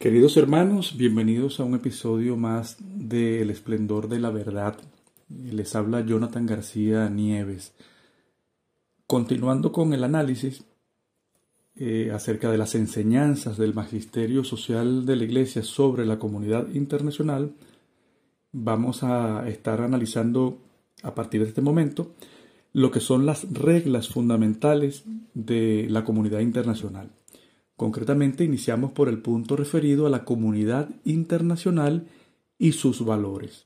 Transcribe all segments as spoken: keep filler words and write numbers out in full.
Queridos hermanos, bienvenidos a un episodio más de El Esplendor de la Verdad. Les habla Jonathan García Nieves. Continuando con el análisis eh, acerca de las enseñanzas del Magisterio Social de la Iglesia sobre la comunidad internacional, vamos a estar analizando a partir de este momento lo que son las reglas fundamentales de la comunidad internacional. Concretamente, iniciamos por el punto referido a la comunidad internacional y sus valores.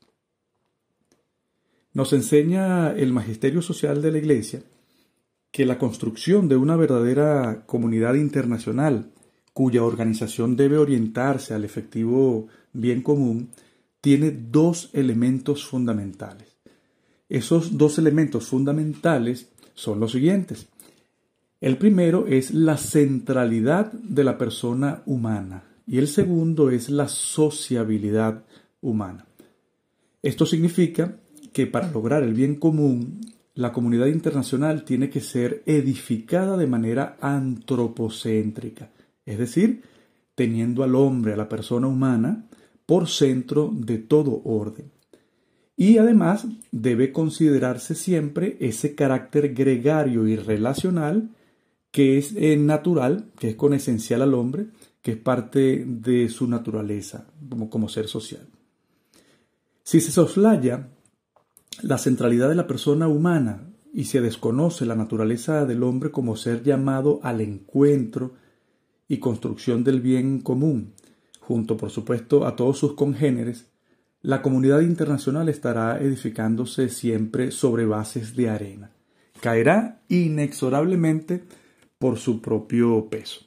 Nos enseña el Magisterio Social de la Iglesia que la construcción de una verdadera comunidad internacional, cuya organización debe orientarse al efectivo bien común, tiene dos elementos fundamentales. Esos dos elementos fundamentales son los siguientes. El primero es la centralidad de la persona humana y el segundo es la sociabilidad humana. Esto significa que para lograr el bien común, la comunidad internacional tiene que ser edificada de manera antropocéntrica, es decir, teniendo al hombre, a la persona humana, por centro de todo orden. Y además debe considerarse siempre ese carácter gregario y relacional que es eh, natural, que es conesencial al hombre, que es parte de su naturaleza como, como ser social. Si se soslaya la centralidad de la persona humana y se desconoce la naturaleza del hombre como ser llamado al encuentro y construcción del bien común, junto por supuesto a todos sus congéneres, la comunidad internacional estará edificándose siempre sobre bases de arena. Caerá inexorablemente por su propio peso.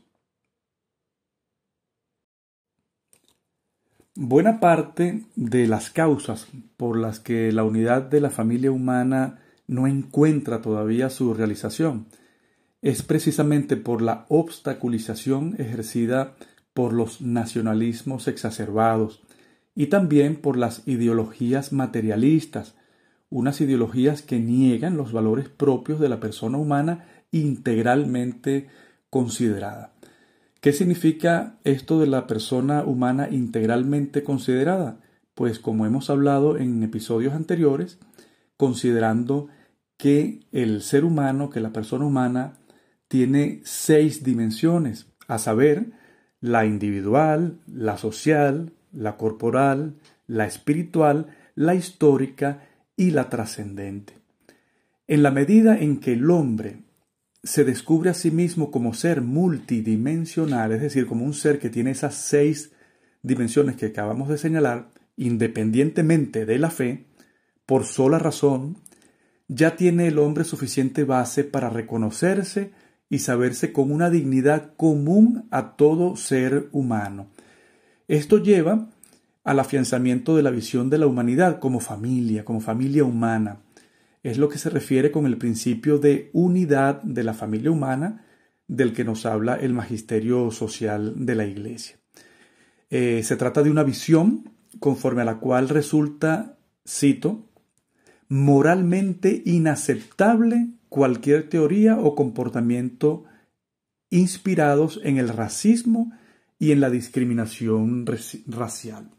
Buena parte de las causas por las que la unidad de la familia humana no encuentra todavía su realización es precisamente por la obstaculización ejercida por los nacionalismos exacerbados y también por las ideologías materialistas, unas ideologías que niegan los valores propios de la persona humana integralmente considerada. ¿Qué significa esto de la persona humana integralmente considerada? Pues como hemos hablado en episodios anteriores, considerando que el ser humano, que la persona humana, tiene seis dimensiones, a saber, la individual, la social, la corporal, la espiritual, la histórica y la trascendente. En la medida en que el hombre se descubre a sí mismo como ser multidimensional, es decir, como un ser que tiene esas seis dimensiones que acabamos de señalar, independientemente de la fe, por sola razón, ya tiene el hombre suficiente base para reconocerse y saberse con una dignidad común a todo ser humano. Esto lleva al afianzamiento de la visión de la humanidad como familia, como familia humana. Es lo que se refiere con el principio de unidad de la familia humana del que nos habla el Magisterio Social de la Iglesia. Eh, se trata de una visión conforme a la cual resulta, cito, moralmente inaceptable cualquier teoría o comportamiento inspirados en el racismo y en la discriminación racial.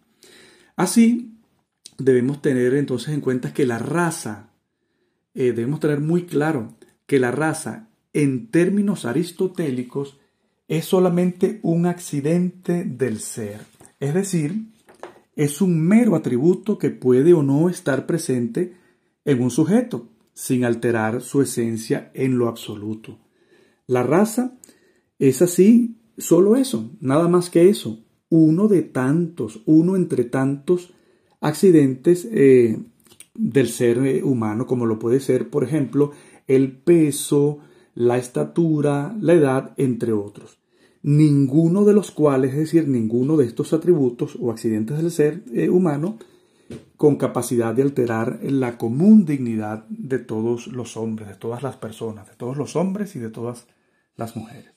Así, debemos tener entonces en cuenta que la raza Eh, debemos tener muy claro que la raza, en términos aristotélicos, es solamente un accidente del ser. Es decir, es un mero atributo que puede o no estar presente en un sujeto, sin alterar su esencia en lo absoluto. La raza es así, solo eso, nada más que eso. Uno de tantos, uno entre tantos accidentes eh, del ser humano, como lo puede ser, por ejemplo, el peso, la estatura, la edad, entre otros. Ninguno de los cuales, es decir, ninguno de estos atributos o accidentes del ser eh, humano, con capacidad de alterar la común dignidad de todos los hombres, de todas las personas, de todos los hombres y de todas las mujeres.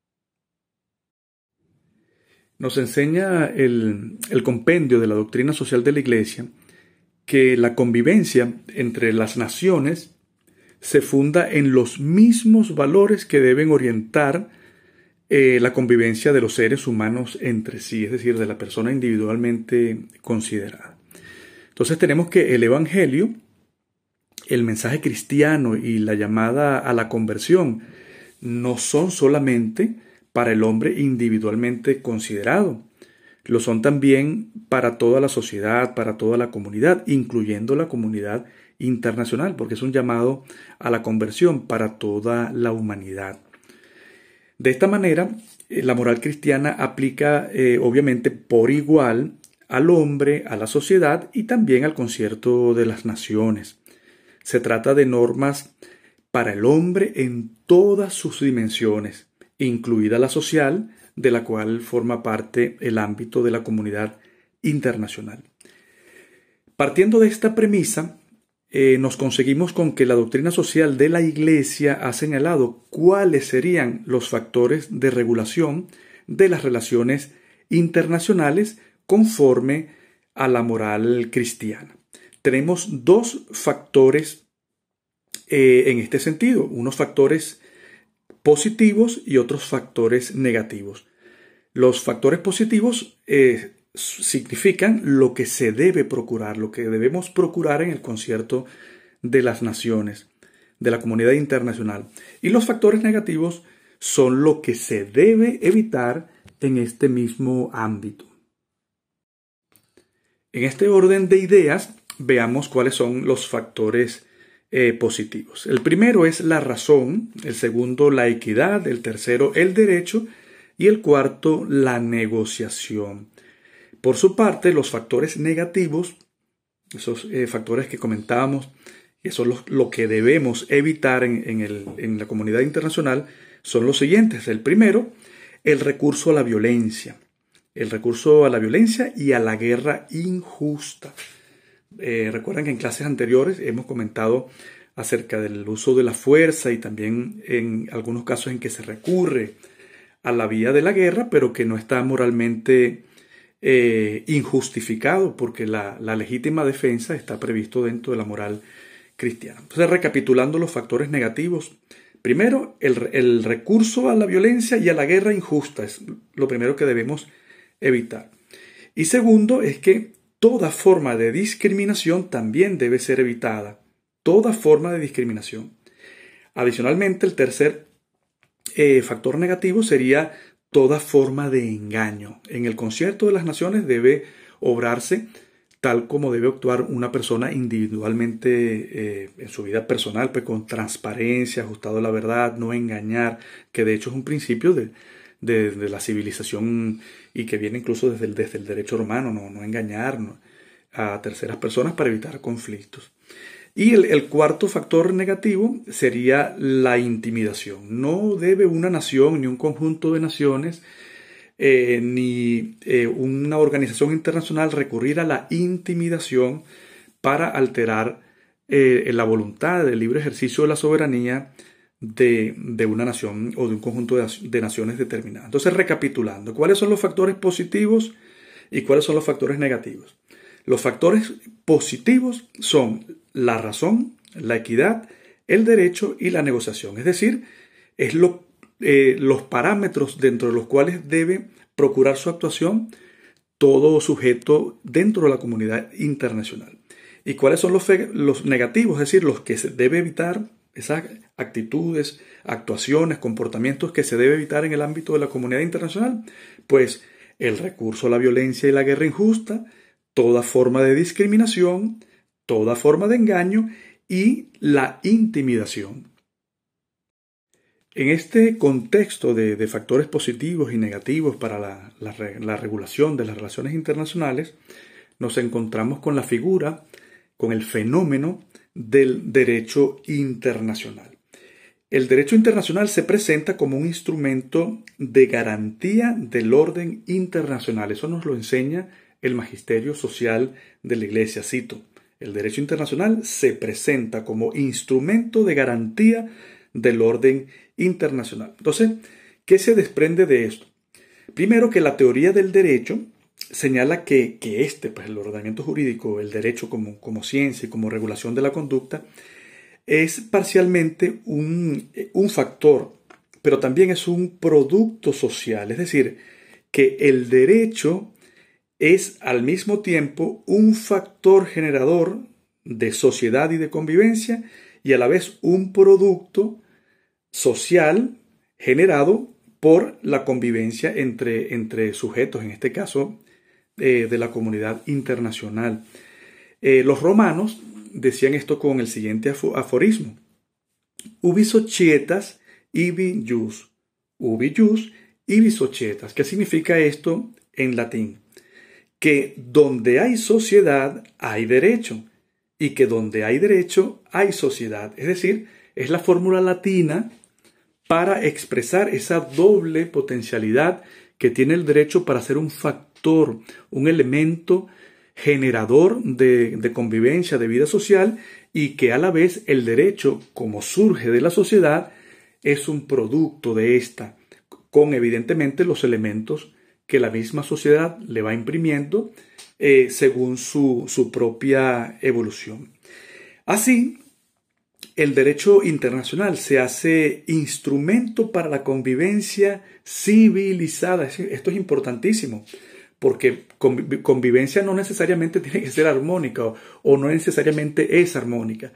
Nos enseña el, el compendio de la doctrina social de la Iglesia que la convivencia entre las naciones se funda en los mismos valores que deben orientar eh, la convivencia de los seres humanos entre sí, es decir, de la persona individualmente considerada. Entonces tenemos que el Evangelio, el mensaje cristiano y la llamada a la conversión no son solamente para el hombre individualmente considerado, lo son también para toda la sociedad, para toda la comunidad, incluyendo la comunidad internacional, porque es un llamado a la conversión para toda la humanidad. De esta manera, la moral cristiana aplica eh, obviamente por igual al hombre, a la sociedad y también al concierto de las naciones. Se trata de normas para el hombre en todas sus dimensiones, incluida la social, de la cual forma parte el ámbito de la comunidad internacional. Partiendo de esta premisa, eh, nos conseguimos con que la doctrina social de la Iglesia ha señalado cuáles serían los factores de regulación de las relaciones internacionales conforme a la moral cristiana. Tenemos dos factores eh, en este sentido, unos factores positivos y otros factores negativos. Los factores positivos eh, significan lo que se debe procurar, lo que debemos procurar en el concierto de las naciones, de la comunidad internacional. Y los factores negativos son lo que se debe evitar en este mismo ámbito. En este orden de ideas, veamos cuáles son los factores eh, positivos. El primero es la razón, el segundo la equidad, el tercero el derecho y el cuarto la negociación. Por su parte, los factores negativos, esos eh, factores que comentábamos, que son los, lo que debemos evitar en, en, el, en la comunidad internacional, son los siguientes. El primero, el recurso a la violencia. El recurso a la violencia y a la guerra injusta. Eh, recuerdan que en clases anteriores hemos comentado acerca del uso de la fuerza y también en algunos casos en que se recurre a la vía de la guerra, pero que no está moralmente eh, injustificado porque la, la legítima defensa está previsto dentro de la moral cristiana. Entonces, recapitulando los factores negativos, primero, el, el recurso a la violencia y a la guerra injusta es lo primero que debemos evitar. Y segundo, es que toda forma de discriminación también debe ser evitada. Toda forma de discriminación. Adicionalmente, el tercer eh, factor negativo sería toda forma de engaño. En el concierto de las naciones debe obrarse tal como debe actuar una persona individualmente eh, en su vida personal, pues con transparencia, ajustado a la verdad, no engañar, que de hecho es un principio de, de, de la civilización y que viene incluso desde el, desde el derecho romano, no, no engañar no, a terceras personas para evitar conflictos. Y el, el cuarto factor negativo sería la intimidación. No debe una nación ni un conjunto de naciones eh, ni eh, una organización internacional recurrir a la intimidación para alterar eh, la voluntad del libre ejercicio de la soberanía de, de una nación o de un conjunto de, de naciones determinadas. Entonces, recapitulando, ¿cuáles son los factores positivos y cuáles son los factores negativos? Los factores positivos son la razón, la equidad, el derecho y la negociación. Es decir, es lo, eh, los parámetros dentro de los cuales debe procurar su actuación todo sujeto dentro de la comunidad internacional. ¿Y cuáles son los, los negativos? Es decir, los que se debe evitar, esas actitudes, actuaciones, comportamientos que se debe evitar en el ámbito de la comunidad internacional. Pues el recurso a la violencia y la guerra injusta, toda forma de discriminación, toda forma de engaño y la intimidación. En este contexto de, de factores positivos y negativos para la, la, la regulación de las relaciones internacionales, nos encontramos con la figura, con el fenómeno del derecho internacional. El derecho internacional se presenta como un instrumento de garantía del orden internacional. Eso nos lo enseña el magisterio social de la Iglesia. Cito: el derecho internacional se presenta como instrumento de garantía del orden internacional. Entonces, ¿qué se desprende de esto? Primero, que la teoría del derecho señala que, que este, pues el ordenamiento jurídico, el derecho como, como ciencia y como regulación de la conducta, es parcialmente un, un factor pero también es un producto social. Es decir, que el derecho es al mismo tiempo un factor generador de sociedad y de convivencia y a la vez un producto social generado por la convivencia entre, entre sujetos, en este caso eh, de la comunidad internacional. Eh, los romanos decían esto con el siguiente aforismo: ubi societas ibi jus, ubi jus ibi societas. ¿Qué significa esto en latín? Que donde hay sociedad hay derecho y que donde hay derecho hay sociedad. Es decir, es la fórmula latina para expresar esa doble potencialidad que tiene el derecho para ser un factor, un elemento generador de, de convivencia, de vida social, y que a la vez el derecho, como surge de la sociedad, es un producto de esta, con evidentemente los elementos que la misma sociedad le va imprimiendo eh, según su, su propia evolución. Así, el derecho internacional se hace instrumento para la convivencia civilizada. Esto es importantísimo, porque convivencia no necesariamente tiene que ser armónica o, o no necesariamente es armónica.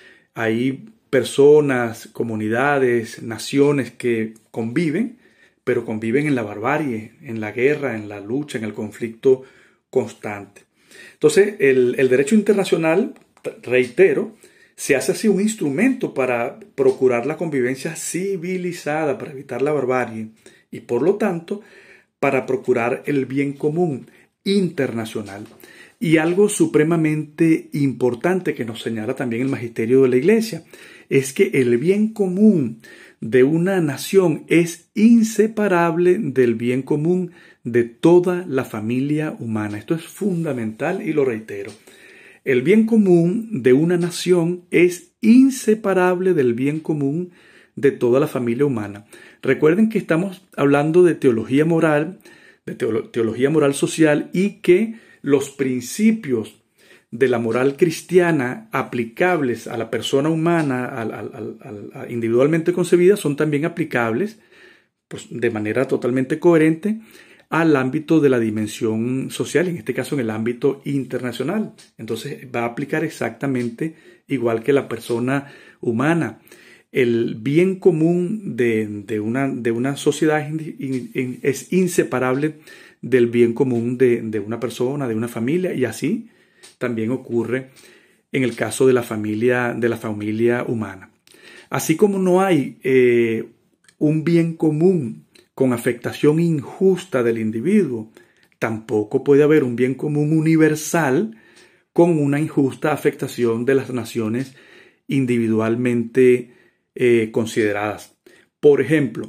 Hay personas, comunidades, naciones que conviven, pero conviven en la barbarie, en la guerra, en la lucha, en el conflicto constante. Entonces, el, el derecho internacional, reitero, se hace así un instrumento para procurar la convivencia civilizada, para evitar la barbarie y, por lo tanto, para procurar el bien común internacional. Y algo supremamente importante que nos señala también el magisterio de la Iglesia es que el bien común de una nación es inseparable del bien común de toda la familia humana. Esto es fundamental y lo reitero. El bien común de una nación es inseparable del bien común de toda la familia humana. Recuerden que estamos hablando de teología moral, de teología moral social, y que los principios de la moral cristiana aplicables a la persona humana, al, al, al, al, individualmente concebida, son también aplicables pues, de manera totalmente coherente al ámbito de la dimensión social, en este caso en el ámbito internacional. Entonces va a aplicar exactamente igual que la persona humana. El bien común de, de, una, de una sociedad es inseparable del bien común de, de una persona, de una familia, y así también ocurre en el caso de la familia, de la familia humana. Así como no hay eh, un bien común con afectación injusta del individuo, tampoco puede haber un bien común universal con una injusta afectación de las naciones individualmente eh, consideradas. Por ejemplo,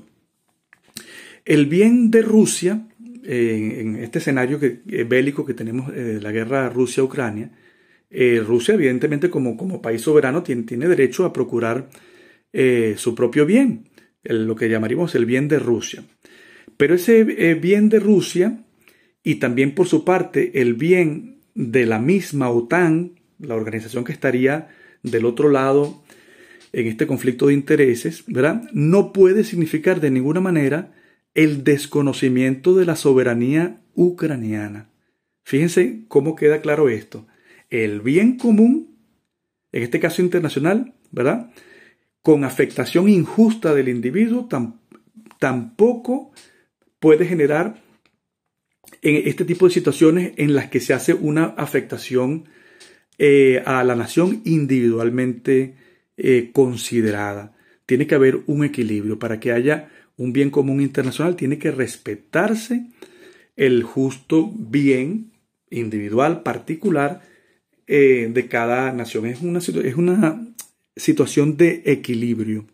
el bien de Rusia, eh, en este escenario que, eh, bélico que tenemos, eh, la guerra Rusia-Ucrania, eh, Rusia evidentemente como, como país soberano tiene, tiene derecho a procurar eh, su propio bien, el, lo que llamaríamos el bien de Rusia. Pero ese eh, bien de Rusia y también por su parte el bien de la misma OTAN, la organización que estaría del otro lado en este conflicto de intereses, ¿verdad?, no puede significar de ninguna manera el desconocimiento de la soberanía ucraniana. Fíjense cómo queda claro esto. El bien común, en este caso internacional, ¿verdad?, con afectación injusta del individuo, tam, tampoco puede generar en este tipo de situaciones en las que se hace una afectación eh, a la nación individualmente eh, considerada. Tiene que haber un equilibrio. Para que haya un bien común internacional tiene que respetarse el justo bien individual particular eh, de cada nación. Es una, es una situación de equilibrio.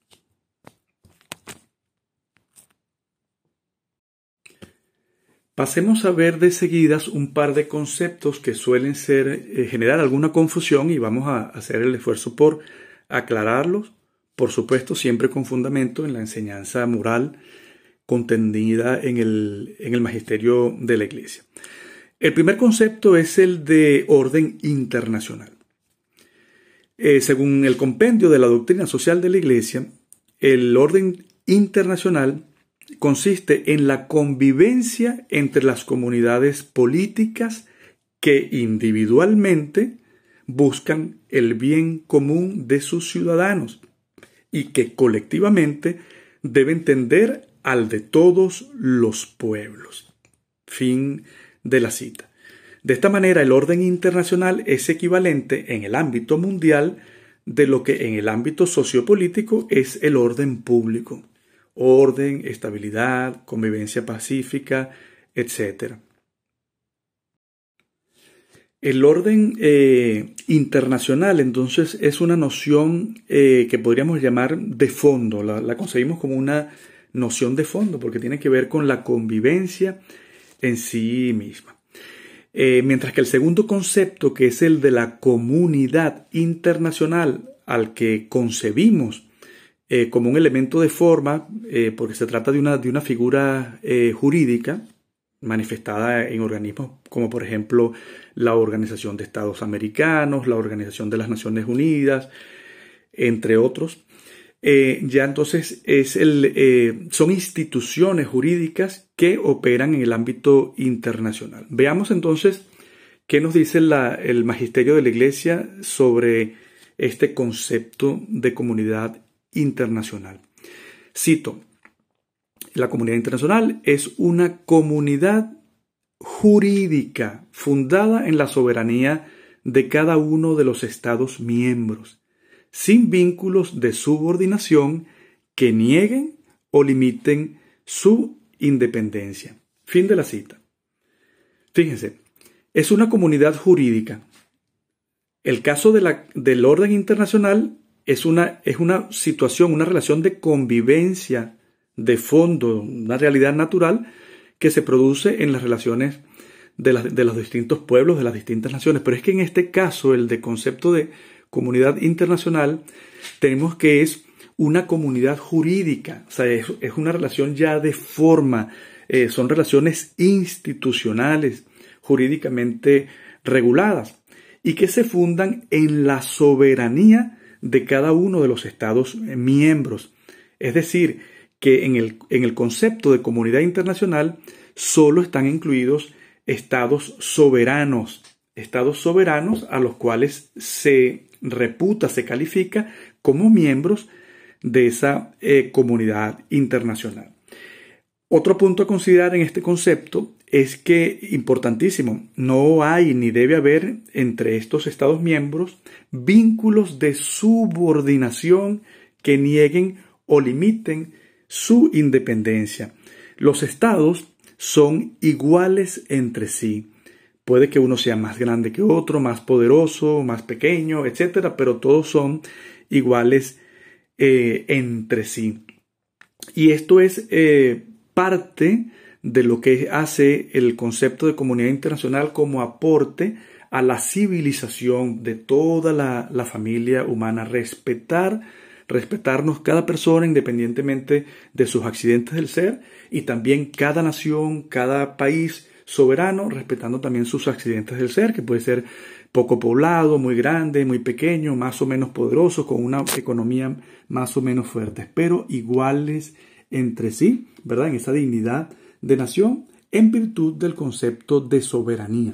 Pasemos a ver de seguidas un par de conceptos que suelen ser, eh, generar alguna confusión, y vamos a hacer el esfuerzo por aclararlos, por supuesto siempre con fundamento en la enseñanza moral contenida en el, en el magisterio de la Iglesia. El primer concepto es el de orden internacional. Eh, según el compendio de la doctrina social de la Iglesia, el orden internacional consiste en la convivencia entre las comunidades políticas que individualmente buscan el bien común de sus ciudadanos y que colectivamente deben tender al de todos los pueblos. Fin de la cita. De esta manera, el orden internacional es equivalente en el ámbito mundial de lo que en el ámbito sociopolítico es el orden público. Orden, estabilidad, convivencia pacífica, etcétera. El orden eh, internacional, entonces, es una noción eh, que podríamos llamar de fondo. La, la concebimos como una noción de fondo porque tiene que ver con la convivencia en sí misma. Eh, mientras que el segundo concepto, que es el de la comunidad internacional, al que concebimos eh, como un elemento de forma, eh, porque se trata de una, de una figura eh, jurídica manifestada en organismos como por ejemplo la Organización de Estados Americanos, la Organización de las Naciones Unidas, entre otros. Eh, ya entonces es el, eh, son instituciones jurídicas que operan en el ámbito internacional. Veamos entonces qué nos dice la, el magisterio de la Iglesia sobre este concepto de comunidad internacional. Cito: la comunidad internacional es una comunidad jurídica fundada en la soberanía de cada uno de los Estados miembros, sin vínculos de subordinación que nieguen o limiten su independencia. Fin de la cita. Fíjense, es una comunidad jurídica. El caso de la, del orden internacional es una, es una situación, una relación de convivencia de fondo, una realidad natural que se produce en las relaciones de, la, de los distintos pueblos, de las distintas naciones. Pero es que en este caso, el de concepto de comunidad internacional, tenemos que es una comunidad jurídica, o sea, es, es una relación ya de forma, eh, son relaciones institucionales, jurídicamente reguladas, y que se fundan en la soberanía de cada uno de los Estados miembros. Es decir, que en el, en el concepto de comunidad internacional solo están incluidos estados soberanos, estados soberanos a los cuales se reputa, se califica como miembros de esa eh, comunidad internacional. Otro punto a considerar en este concepto es que, importantísimo, no hay ni debe haber entre estos estados miembros vínculos de subordinación que nieguen o limiten su independencia. Los estados son iguales entre sí. Puede que uno sea más grande que otro, más poderoso, más pequeño, etcétera, pero todos son iguales eh, entre sí. Y esto es eh, parte de lo que hace el concepto de comunidad internacional como aporte a la civilización de toda la, la familia humana. Respetar, respetarnos cada persona independientemente de sus accidentes del ser, y también cada nación, cada país soberano, respetando también sus accidentes del ser, que puede ser poco poblado, muy grande, muy pequeño, más o menos poderoso, con una economía más o menos fuerte, pero iguales entre sí, ¿verdad? En esa dignidad de nación, en virtud del concepto de soberanía.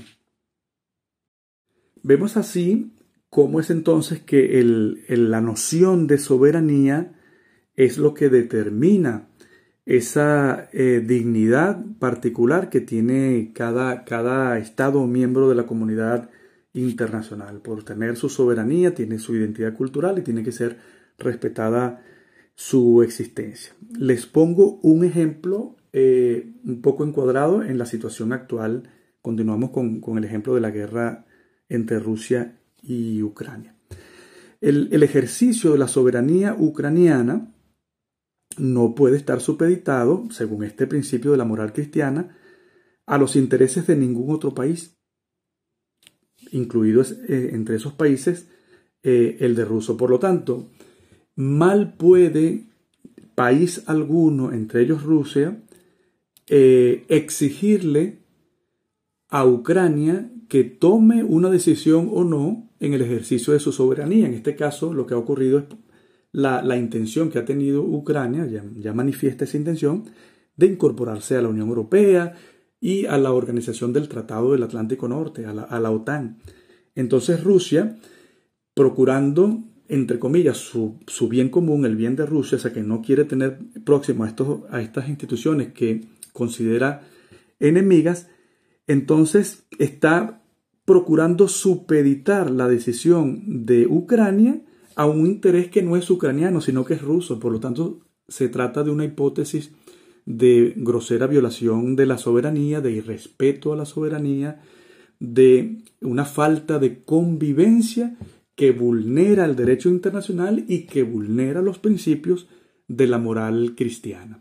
Vemos así cómo es entonces que el, el, la noción de soberanía es lo que determina esa eh, dignidad particular que tiene cada, cada estado miembro de la comunidad internacional. Por tener su soberanía, tiene su identidad cultural y tiene que ser respetada su existencia. Les pongo un ejemplo eh, un poco encuadrado en la situación actual. Continuamos con, con el ejemplo de la guerra entre Rusia y Ucrania. El, el ejercicio de la soberanía ucraniana no puede estar supeditado, según este principio de la moral cristiana, a los intereses de ningún otro país, incluidos eh, entre esos países eh, el de Rusia. Por lo tanto, mal puede país alguno, entre ellos Rusia, eh, exigirle a Ucrania que tome una decisión o no en el ejercicio de su soberanía. En este caso, lo que ha ocurrido es la, la intención que ha tenido Ucrania, ya, ya manifiesta esa intención, de incorporarse a la Unión Europea y a la Organización del Tratado del Atlántico Norte, a la, a la OTAN. Entonces Rusia, procurando, entre comillas, su, su bien común, el bien de Rusia, o sea, que no quiere tener próximo a, estos, a estas instituciones que considera enemigas, entonces está procurando supeditar la decisión de Ucrania a un interés que no es ucraniano, sino que es ruso. Por lo tanto, se trata de una hipótesis de grosera violación de la soberanía, de irrespeto a la soberanía, de una falta de convivencia que vulnera el derecho internacional y que vulnera los principios de la moral cristiana.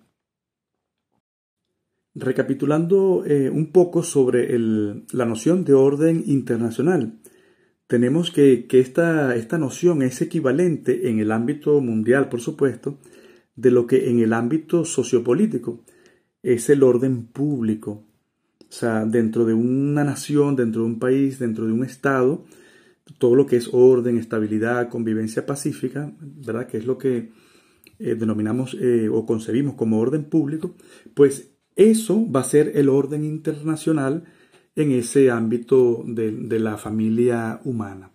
Recapitulando eh, un poco sobre el, la noción de orden internacional, tenemos que, que esta, esta noción es equivalente en el ámbito mundial, por supuesto, de lo que en el ámbito sociopolítico es el orden público. O sea, dentro de una nación, dentro de un país, dentro de un estado, todo lo que es orden, estabilidad, convivencia pacífica, ¿verdad? Que es lo que eh, denominamos eh, o concebimos como orden público, pues eso va a ser el orden internacional en ese ámbito de, de la familia humana.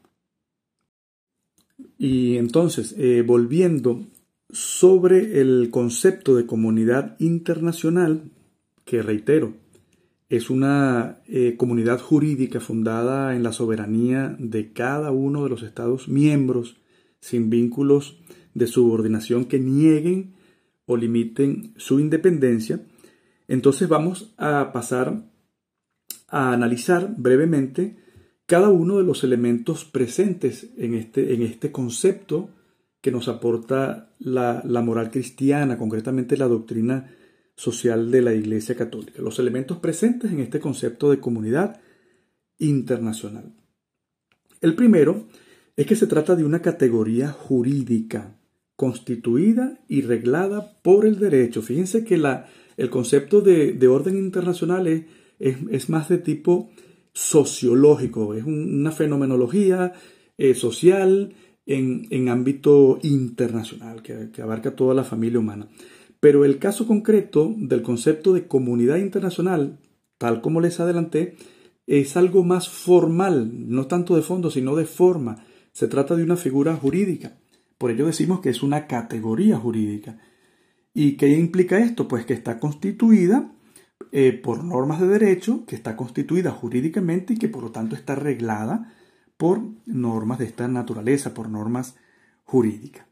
Y entonces, eh, volviendo sobre el concepto de comunidad internacional, que reitero, es una eh, comunidad jurídica fundada en la soberanía de cada uno de los Estados miembros, sin vínculos de subordinación que nieguen o limiten su independencia. Entonces vamos a pasar a analizar brevemente cada uno de los elementos presentes en este, en este concepto que nos aporta la, la moral cristiana, concretamente la doctrina social de la Iglesia Católica. Los elementos presentes en este concepto de comunidad internacional. El primero es que se trata de una categoría jurídica constituida y reglada por el derecho. Fíjense que la, el concepto de, de orden internacional es, es, es más de tipo sociológico, es un, una fenomenología eh, social en, en ámbito internacional que, que abarca toda la familia humana. Pero el caso concreto del concepto de comunidad internacional, tal como les adelanté, es algo más formal, no tanto de fondo, sino de forma. Se trata de una figura jurídica. Por ello decimos que es una categoría jurídica. ¿Y qué implica esto? Pues que está constituida eh, por normas de derecho, que está constituida jurídicamente y que por lo tanto está reglada por normas de esta naturaleza, por normas jurídicas.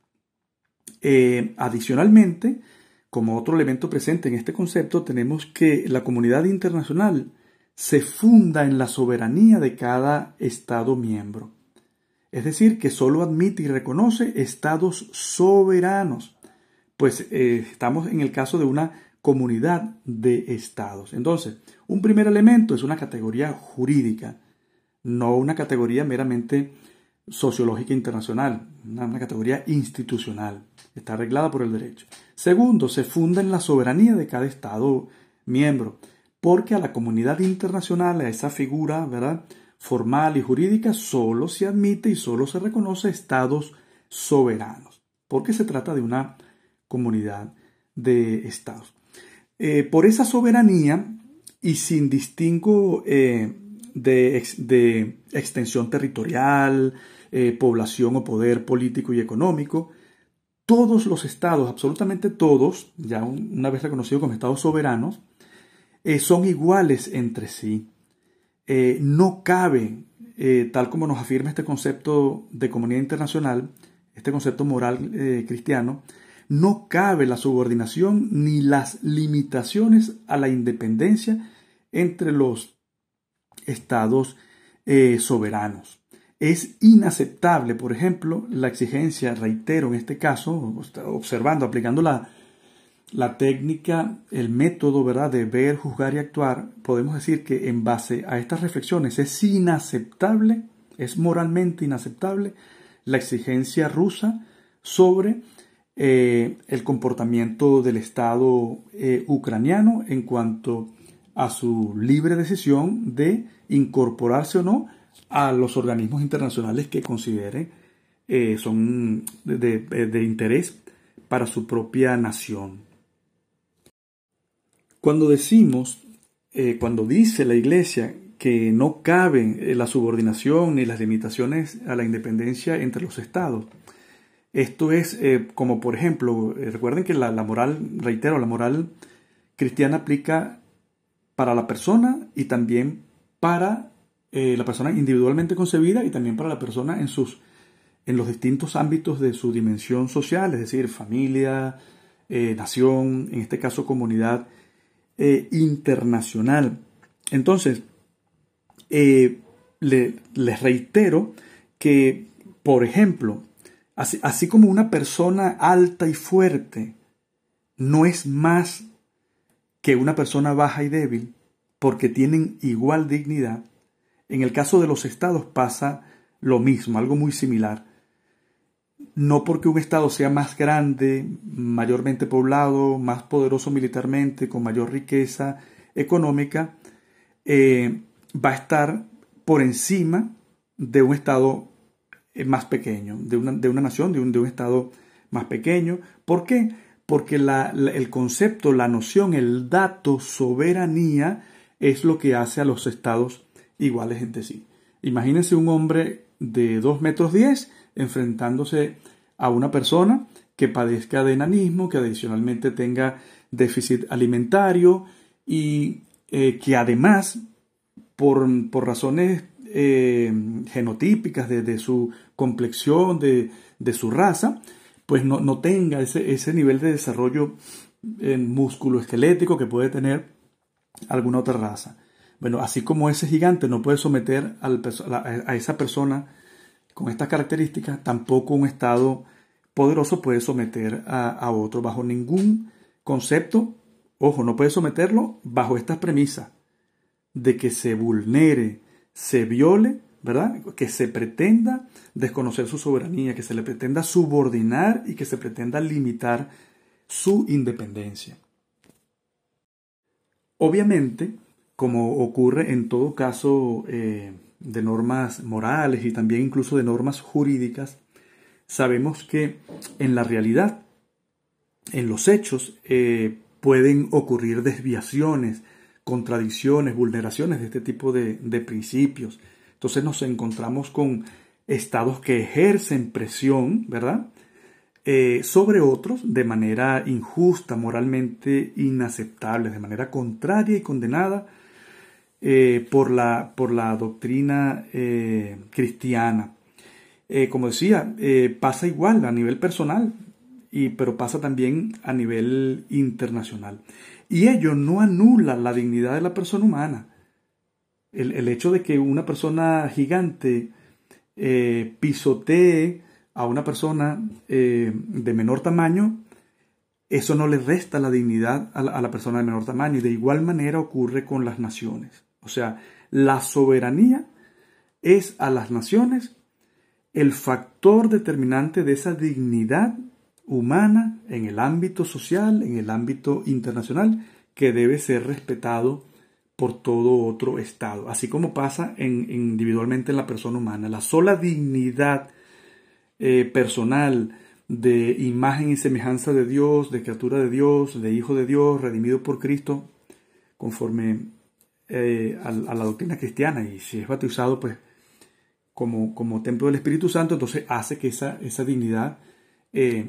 Eh, adicionalmente, como otro elemento presente en este concepto, tenemos que la comunidad internacional se funda en la soberanía de cada Estado miembro. Es decir, que solo admite y reconoce estados soberanos. Pues eh, estamos en el caso de una comunidad de estados. Entonces, un primer elemento es una categoría jurídica, no una categoría meramente sociológica internacional, una, una categoría institucional. Está arreglada por el derecho. Segundo, se funda en la soberanía de cada Estado miembro, porque a la comunidad internacional, a esa figura, ¿verdad?, formal y jurídica, solo se admite y solo se reconoce estados soberanos, porque se trata de una comunidad de estados. Eh, por esa soberanía y sin distingo eh, de, ex, de extensión territorial, eh, población o poder político y económico, todos los estados, absolutamente todos, ya una vez reconocidos como estados soberanos, eh, son iguales entre sí. Eh, no cabe, eh, tal como nos afirma este concepto de comunidad internacional, este concepto moral eh, cristiano, no cabe la subordinación ni las limitaciones a la independencia entre los estados eh, soberanos. Es inaceptable, por ejemplo, la exigencia, reitero en este caso, observando, aplicando la, la técnica, el método, ¿verdad?, de ver, juzgar y actuar, podemos decir que en base a estas reflexiones es inaceptable, es moralmente inaceptable la exigencia rusa sobre eh, el comportamiento del Estado eh, ucraniano en cuanto a su libre decisión de incorporarse o no a los organismos internacionales que considere eh, son de, de, de interés para su propia nación. Cuando decimos, eh, cuando dice la Iglesia que no cabe la subordinación ni las limitaciones a la independencia entre los estados, esto es eh, como por ejemplo, eh, recuerden que la, la moral, reitero, la moral cristiana aplica para la persona y también para eh, la persona individualmente concebida y también para la persona en, sus, en los distintos ámbitos de su dimensión social, es decir, familia, eh, nación, en este caso comunidad eh, internacional. Entonces, eh, le, les reitero que, por ejemplo, así, así como una persona alta y fuerte no es más que una persona baja y débil, porque tienen igual dignidad, en el caso de los estados pasa lo mismo, algo muy similar. No porque un estado sea más grande, mayormente poblado, más poderoso militarmente, con mayor riqueza económica, eh, va a estar por encima de un estado más pequeño, de una, de una nación, de un, de un estado más pequeño. ¿Por qué? Porque la, la, el concepto, la noción, el dato soberanía es lo que hace a los estados iguales entre sí. Imagínense un hombre de dos metros diez enfrentándose a una persona que padezca de enanismo, que adicionalmente tenga déficit alimentario y eh, que además, por, por razones eh, genotípicas de, de su complexión, de, de su raza, pues no, no tenga ese, ese nivel de desarrollo eh, musculoesquelético que puede tener alguna otra raza. Bueno, así como ese gigante no puede someter al, a, a esa persona con estas características, tampoco un estado poderoso puede someter a, a otro bajo ningún concepto. Ojo, no puede someterlo bajo estas premisas de que se vulnere, se viole, ¿verdad? Que se pretenda desconocer su soberanía, que se le pretenda subordinar y que se pretenda limitar su independencia. Obviamente, como ocurre en todo caso eh, de normas morales y también incluso de normas jurídicas, sabemos que en la realidad, en los hechos, eh, pueden ocurrir desviaciones, contradicciones, vulneraciones de este tipo de, de principios. Entonces nos encontramos con estados que ejercen presión, ¿verdad?, Eh, sobre otros de manera injusta, moralmente inaceptable, de manera contraria y condenada eh, por, la, por la doctrina eh, cristiana. Eh, como decía, eh, pasa igual a nivel personal, y, pero pasa también a nivel internacional. Y ello no anula la dignidad de la persona humana. El, el hecho de que una persona gigante eh, pisotee a una persona eh, de menor tamaño, eso no le resta la dignidad a la, a la persona de menor tamaño. Y de igual manera ocurre con las naciones. O sea, la soberanía es a las naciones el factor determinante de esa dignidad humana en el ámbito social, en el ámbito internacional, que debe ser respetado por todo otro estado. Así como pasa en, individualmente en la persona humana. La sola dignidad Eh, personal de imagen y semejanza de Dios, de criatura de Dios, de hijo de Dios, redimido por Cristo, conforme eh, a, a la doctrina cristiana, y si es bautizado pues como, como templo del Espíritu Santo, entonces hace que esa, esa dignidad eh,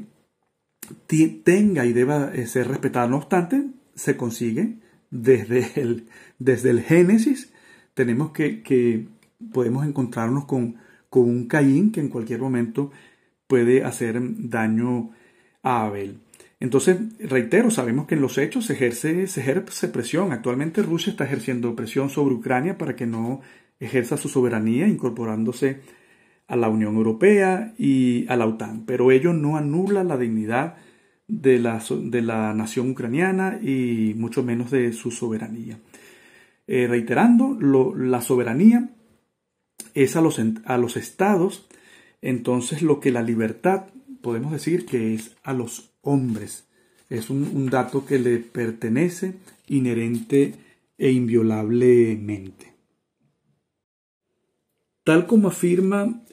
tenga y deba ser respetada. No obstante, se consigue desde el, desde el Génesis. Tenemos que, que podemos encontrarnos con con un Caín que en cualquier momento puede hacer daño a Abel. Entonces, reitero, sabemos que en los hechos se ejerce, se ejerce presión. Actualmente Rusia está ejerciendo presión sobre Ucrania para que no ejerza su soberanía, incorporándose a la Unión Europea y a la OTAN. Pero ello no anula la dignidad de la, de la nación ucraniana y mucho menos de su soberanía. Eh, reiterando, lo, la soberanía es a los, a los estados, entonces lo que la libertad podemos decir que es a los hombres. Es un, un dato que le pertenece inherente e inviolablemente. Tal como afirma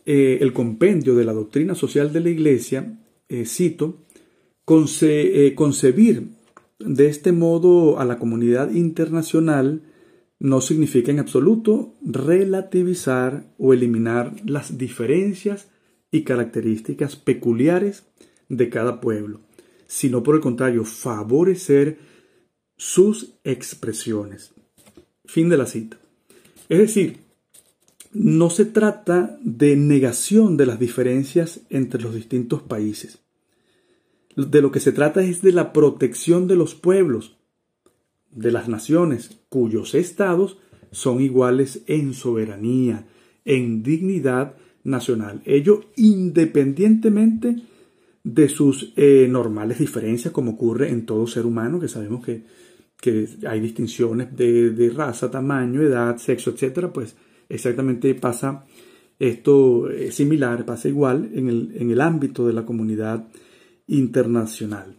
eh, el compendio de la doctrina social de la Iglesia, eh, cito, Conce, eh, concebir de este modo a la comunidad internacional no significa en absoluto relativizar o eliminar las diferencias y características peculiares de cada pueblo, sino por el contrario, favorecer sus expresiones. Fin de la cita. Es decir, no se trata de negación de las diferencias entre los distintos países. De lo que se trata es de la protección de los pueblos, de las naciones, cuyos estados son iguales en soberanía, en dignidad nacional. Ello independientemente de sus eh, normales diferencias, como ocurre en todo ser humano, que sabemos que, que hay distinciones de, de raza, tamaño, edad, sexo, etcétera. Pues exactamente pasa esto eh, similar, pasa igual en el, en el ámbito de la comunidad internacional.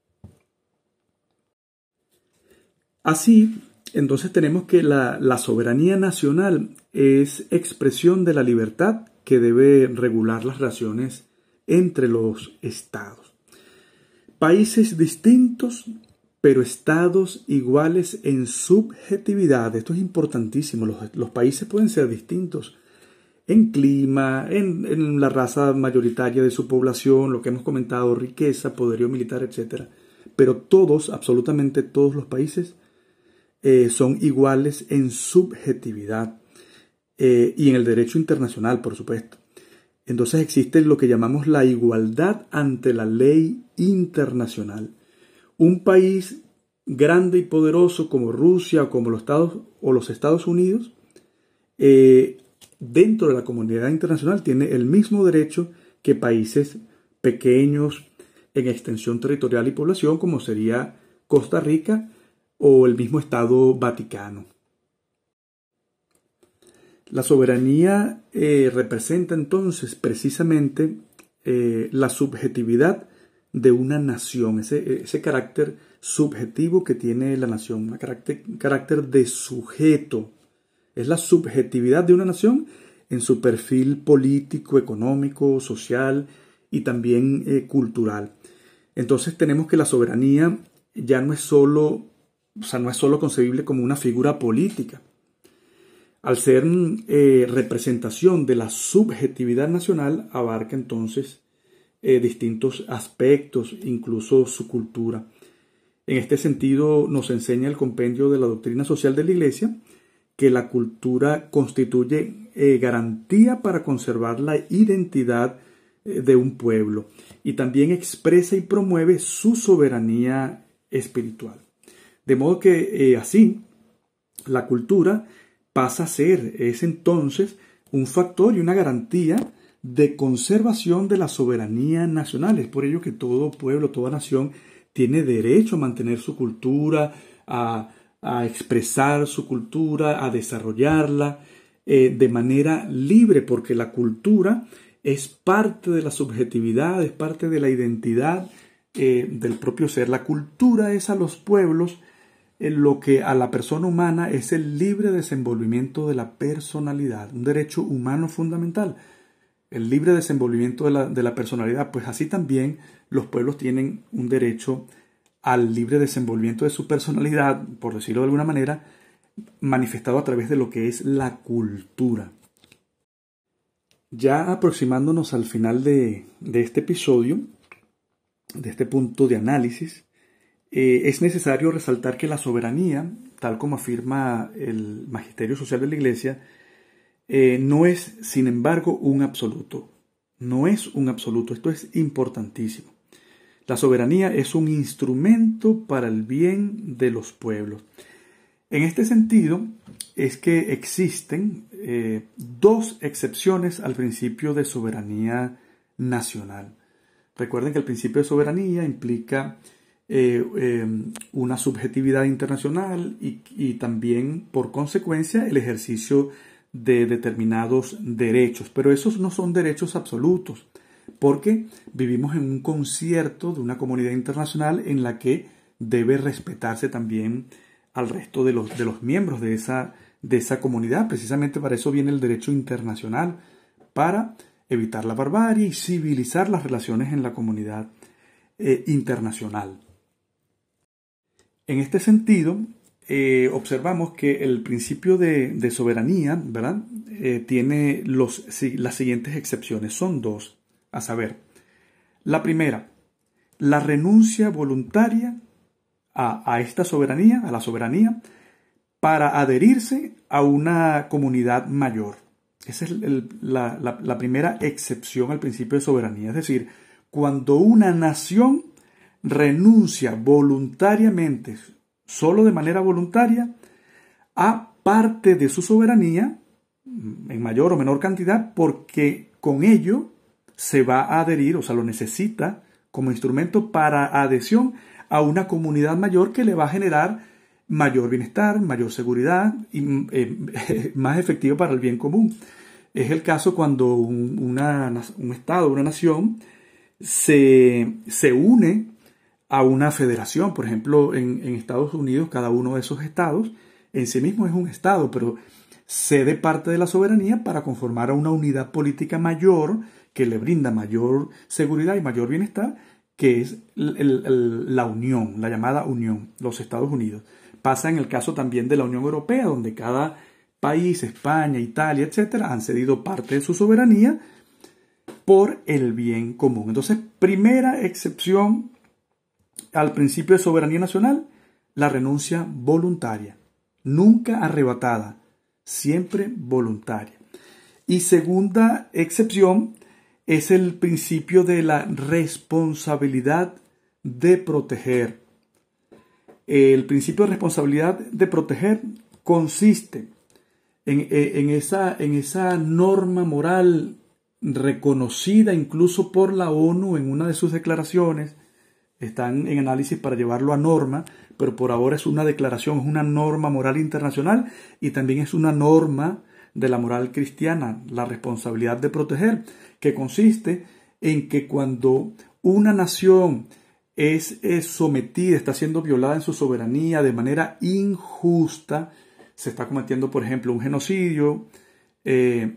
Así, entonces tenemos que la, la soberanía nacional es expresión de la libertad que debe regular las relaciones entre los estados. Países distintos, pero estados iguales en subjetividad. Esto es importantísimo. Los, los países pueden ser distintos en clima, en, en la raza mayoritaria de su población, lo que hemos comentado, riqueza, poderío militar, etcétera. Pero todos, absolutamente todos los países eh, son iguales en subjetividad eh, y en el derecho internacional, por supuesto. Entonces existe lo que llamamos la igualdad ante la ley internacional. Un país grande y poderoso como Rusia o como los Estados, o los Estados Unidos, eh, dentro de la comunidad internacional tiene el mismo derecho que países pequeños en extensión territorial y población, como sería Costa Rica o el mismo Estado Vaticano. La soberanía eh, representa entonces precisamente eh, la subjetividad de una nación, ese, ese carácter subjetivo que tiene la nación, un carácter, carácter de sujeto. Es la subjetividad de una nación en su perfil político, económico, social y también eh, cultural. Entonces tenemos que la soberanía ya no es solo, o sea, no es solo concebible como una figura política. Al ser eh, representación de la subjetividad nacional, abarca entonces eh, distintos aspectos, incluso su cultura. En este sentido, nos enseña el compendio de la doctrina social de la Iglesia que la cultura constituye eh, garantía para conservar la identidad eh, de un pueblo y también expresa y promueve su soberanía espiritual. De modo que eh, así, la cultura pasa a ser, es entonces un factor y una garantía de conservación de la soberanía nacional. Es por ello que todo pueblo, toda nación tiene derecho a mantener su cultura, a, a expresar su cultura, a desarrollarla eh, de manera libre, porque la cultura es parte de la subjetividad, es parte de la identidad eh, del propio ser. La cultura es a los pueblos en lo que a la persona humana es el libre desenvolvimiento de la personalidad, un derecho humano fundamental, el libre desenvolvimiento de la, de la personalidad. Pues así también los pueblos tienen un derecho al libre desenvolvimiento de su personalidad, por decirlo de alguna manera, manifestado a través de lo que es la cultura. Ya aproximándonos al final de, de este episodio, de este punto de análisis, Eh, es necesario resaltar que la soberanía, tal como afirma el Magisterio Social de la Iglesia, eh, no es, sin embargo, un absoluto. No es un absoluto. Esto es importantísimo. La soberanía es un instrumento para el bien de los pueblos. En este sentido, es que existen eh, dos excepciones al principio de soberanía nacional. Recuerden que el principio de soberanía implica Eh, eh, una subjetividad internacional y, y también por consecuencia el ejercicio de determinados derechos, pero esos no son derechos absolutos porque vivimos en un concierto de una comunidad internacional en la que debe respetarse también al resto de los, de los miembros de esa, de esa comunidad. Precisamente para eso viene el derecho internacional, para evitar la barbarie y civilizar las relaciones en la comunidad eh, internacional. En este sentido, eh, observamos que el principio de, de soberanía, ¿verdad? Eh, tiene los, las siguientes excepciones. Son dos, a saber, la primera, la renuncia voluntaria a, a esta soberanía, a la soberanía, para adherirse a una comunidad mayor. Esa es el, la, la, la primera excepción al principio de soberanía. Es decir, cuando una nación renuncia voluntariamente, solo de manera voluntaria, a parte de su soberanía, en mayor o menor cantidad, porque con ello se va a adherir, o sea, lo necesita como instrumento para adhesión a una comunidad mayor que le va a generar mayor bienestar, mayor seguridad y eh, más efectivo para el bien común. Es el caso cuando un, una, un Estado, una nación, se, se une a una federación. Por ejemplo, en, en Estados Unidos, cada uno de esos estados en sí mismo es un estado, pero cede parte de la soberanía para conformar a una unidad política mayor que le brinda mayor seguridad y mayor bienestar, que es el, el, la unión, la llamada unión, los Estados Unidos. Pasa en el caso también de la Unión Europea, donde cada país, España, Italia, etcétera, han cedido parte de su soberanía por el bien común. Entonces, primera excepción al principio de soberanía nacional, la renuncia voluntaria, nunca arrebatada, siempre voluntaria. Y segunda excepción es el principio de la responsabilidad de proteger. El principio de responsabilidad de proteger consiste en, en, esa, en esa norma moral reconocida incluso por la ONU en una de sus declaraciones. Están en análisis para llevarlo a norma, pero por ahora es una declaración, es una norma moral internacional y también es una norma de la moral cristiana, la responsabilidad de proteger, que consiste en que cuando una nación es, es sometida, está siendo violada en su soberanía de manera injusta, se está cometiendo, por ejemplo, un genocidio, eh,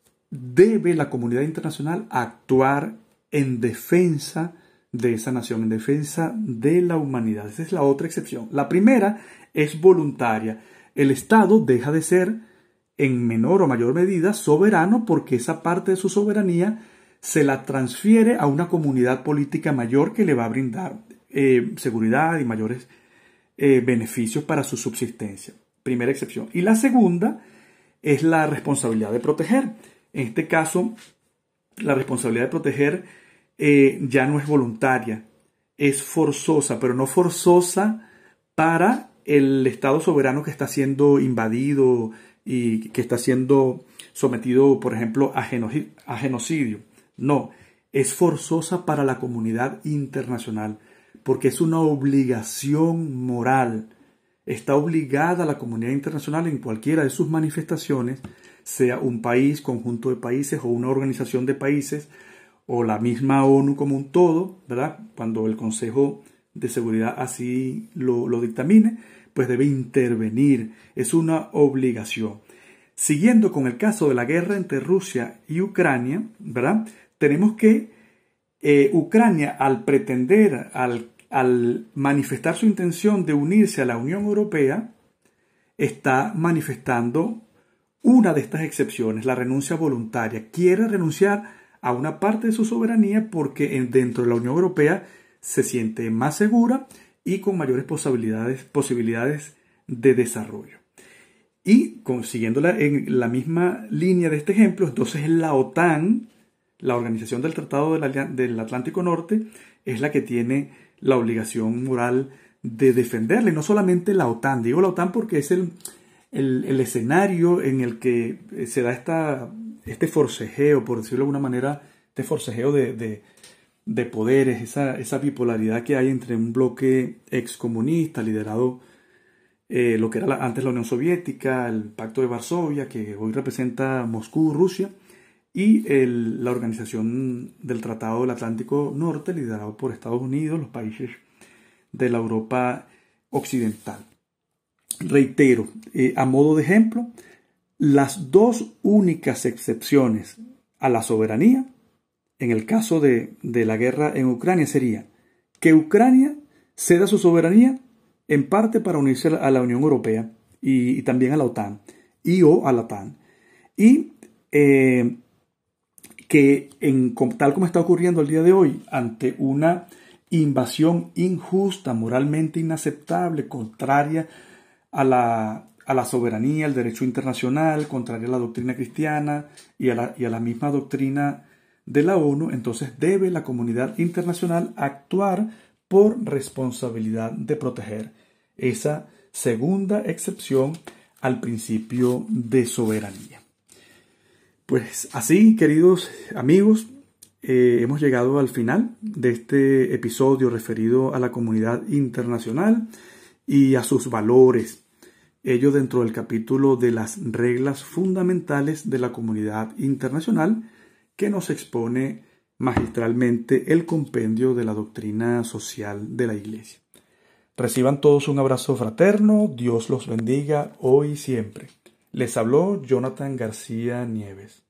debe la comunidad internacional actuar en defensa de esa nación, en defensa de la humanidad. Esa es la otra excepción. La primera es voluntaria. El Estado deja de ser en menor o mayor medida soberano porque esa parte de su soberanía se la transfiere a una comunidad política mayor que le va a brindar eh, seguridad y mayores eh, beneficios para su subsistencia. Primera excepción. Y la segunda es la responsabilidad de proteger. En este caso, la responsabilidad de proteger eh, ya no es voluntaria, es forzosa, pero no forzosa para el Estado soberano que está siendo invadido y que está siendo sometido, por ejemplo, a genocidio. No, es forzosa para la comunidad internacional, porque es una obligación moral. Está obligada la comunidad internacional en cualquiera de sus manifestaciones, sea un país, conjunto de países o una organización de países, o la misma ONU como un todo, ¿verdad? Cuando el Consejo de Seguridad así lo, lo dictamine, pues debe intervenir. Es una obligación. Siguiendo con el caso de la guerra entre Rusia y Ucrania, ¿verdad? Tenemos que eh, Ucrania, al pretender, al, al manifestar su intención de unirse a la Unión Europea, está manifestando una de estas excepciones, la renuncia voluntaria. Quiere renunciar a una parte de su soberanía porque dentro de la Unión Europea se siente más segura y con mayores posibilidades, posibilidades de desarrollo. Y siguiendo en la misma línea de este ejemplo, entonces la OTAN, la Organización del Tratado del Atlántico Norte, es la que tiene la obligación moral de defenderla. Y no solamente la OTAN, digo la OTAN porque es el, el, el escenario en el que se da esta, este forcejeo, por decirlo de alguna manera, este forcejeo de, de, de poderes, esa, esa bipolaridad que hay entre un bloque excomunista liderado Eh, lo que era la, antes la Unión Soviética, el Pacto de Varsovia, que hoy representa Moscú, Rusia, y el, la Organización del Tratado del Atlántico Norte, liderado por Estados Unidos, los países de la Europa Occidental. Reitero, eh, a modo de ejemplo, las dos únicas excepciones a la soberanía, en el caso de, de la guerra en Ucrania, sería que Ucrania ceda su soberanía en parte para unirse a la Unión Europea y, y también a la OTAN y o a la OTAN. Y eh, que en, tal como está ocurriendo el día de hoy, ante una invasión injusta, moralmente inaceptable, contraria a la, a la soberanía, al derecho internacional, contraria a la doctrina cristiana y a la, y a la misma doctrina de la ONU, entonces debe la comunidad internacional actuar por responsabilidad de proteger esa segunda excepción al principio de soberanía. Pues así, queridos amigos, eh, hemos llegado al final de este episodio referido a la comunidad internacional y a sus valores, ello dentro del capítulo de las reglas fundamentales de la comunidad internacional, que nos expone magistralmente el compendio de la doctrina social de la Iglesia. Reciban todos un abrazo fraterno, Dios los bendiga hoy y siempre. Les habló Jonathan García Nieves.